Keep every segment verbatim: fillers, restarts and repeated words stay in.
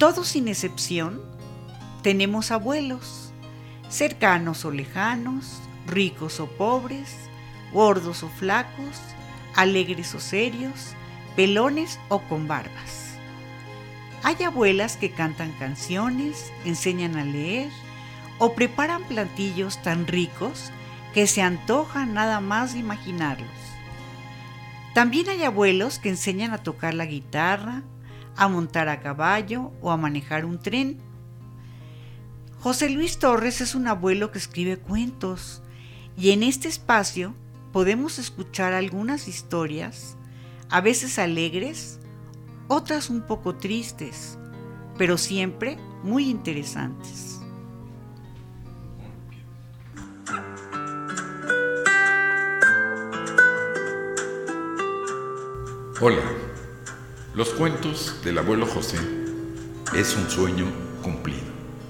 Todos sin excepción tenemos abuelos, cercanos o lejanos, ricos o pobres, gordos o flacos, alegres o serios, pelones o con barbas. Hay abuelas que cantan canciones, enseñan a leer o preparan platillos tan ricos que se antojan nada más de imaginarlos. También hay abuelos que enseñan a tocar la guitarra, a montar a caballo o a manejar un tren. José Luis Torres es un abuelo que escribe cuentos y en este espacio podemos escuchar algunas historias, a veces alegres, otras un poco tristes, pero siempre muy interesantes. Hola, los cuentos del abuelo José es un sueño cumplido.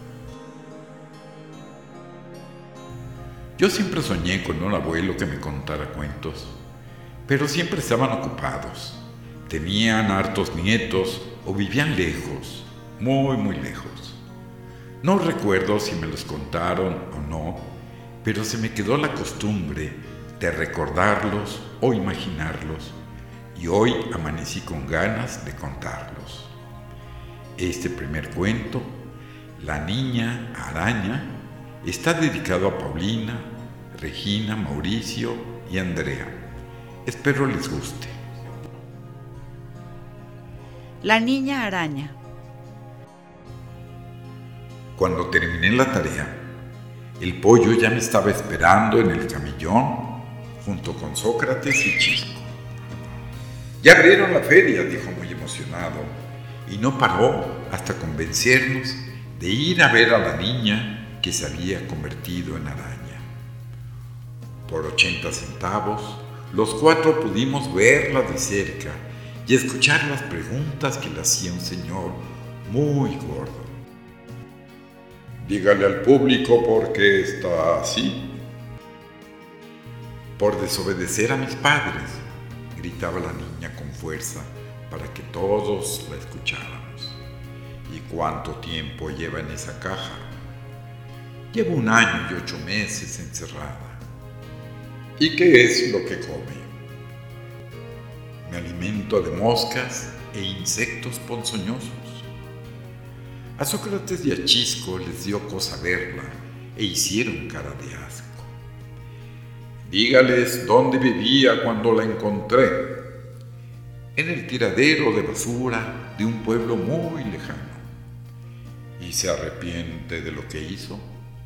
Yo siempre soñé con un abuelo que me contara cuentos, pero siempre estaban ocupados. Tenían hartos nietos o vivían lejos, muy muy lejos. No recuerdo si me los contaron o no, pero se me quedó la costumbre de recordarlos o imaginarlos, y hoy amanecí con ganas de contarlos. Este primer cuento, La Niña Araña, está dedicado a Paulina, Regina, Mauricio y Andrea. Espero les guste. La Niña Araña. Cuando terminé la tarea, el pollo ya me estaba esperando en el camellón junto con Sócrates y Chisco. Ya abrieron la feria, dijo muy emocionado, y no paró hasta convencernos de ir a ver a la niña que se había convertido en araña. Por ochenta centavos, los cuatro pudimos verla de cerca y escuchar las preguntas que le hacía un señor muy gordo. Dígale al público por qué está así. Por desobedecer a mis padres, gritaba la niña con fuerza para que todos la escucháramos. ¿Y cuánto tiempo lleva en esa caja? Llevo un año y ocho meses encerrada. ¿Y qué es lo que come? Me alimento de moscas e insectos ponzoñosos. A Sócrates y a Chisco les dio cosa verla e hicieron cara de asco. Dígales dónde vivía cuando la encontré. En el tiradero de basura de un pueblo muy lejano. ¿Y se arrepiente de lo que hizo?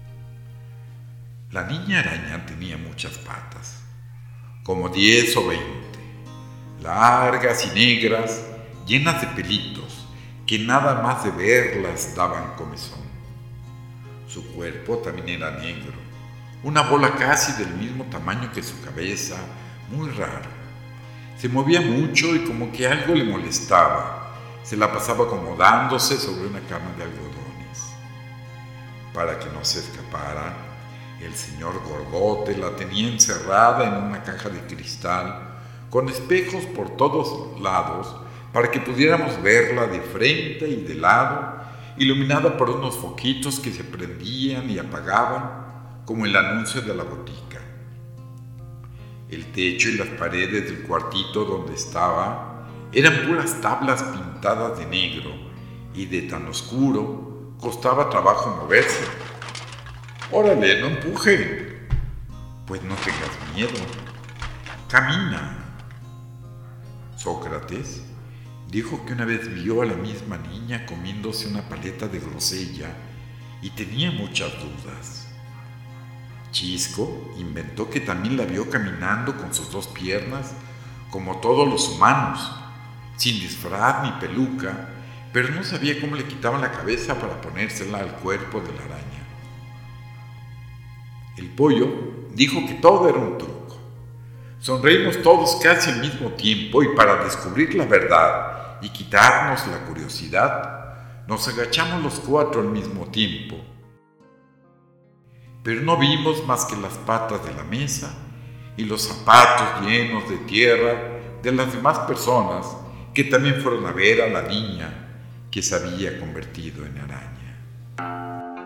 La niña araña tenía muchas patas, como diez o veinte, largas y negras, llenas de pelitos, que nada más de verlas daban comezón. Su cuerpo también era negro, una bola casi del mismo tamaño que su cabeza, muy raro. Se movía mucho y como que algo le molestaba. Se la pasaba acomodándose sobre una cama de algodones. Para que no se escapara, el señor Gordote la tenía encerrada en una caja de cristal, con espejos por todos lados, para que pudiéramos verla de frente y de lado, iluminada por unos foquitos que se prendían y apagaban, como el anuncio de la botica. El techo y las paredes del cuartito donde estaba eran puras tablas pintadas de negro, y de tan oscuro costaba trabajo moverse. ¡Órale, no empuje! Pues no tengas miedo. ¡Camina! Sócrates dijo que una vez vio a la misma niña comiéndose una paleta de grosella y tenía muchas dudas. Chisco inventó que también la vio caminando con sus dos piernas, como todos los humanos, sin disfraz ni peluca, pero no sabía cómo le quitaban la cabeza para ponérsela al cuerpo de la araña. El pollo dijo que todo era un truco. Sonreímos todos casi al mismo tiempo y para descubrir la verdad y quitarnos la curiosidad, nos agachamos los cuatro al mismo tiempo. Pero no vimos más que las patas de la mesa y los zapatos llenos de tierra de las demás personas que también fueron a ver a la niña que se había convertido en araña.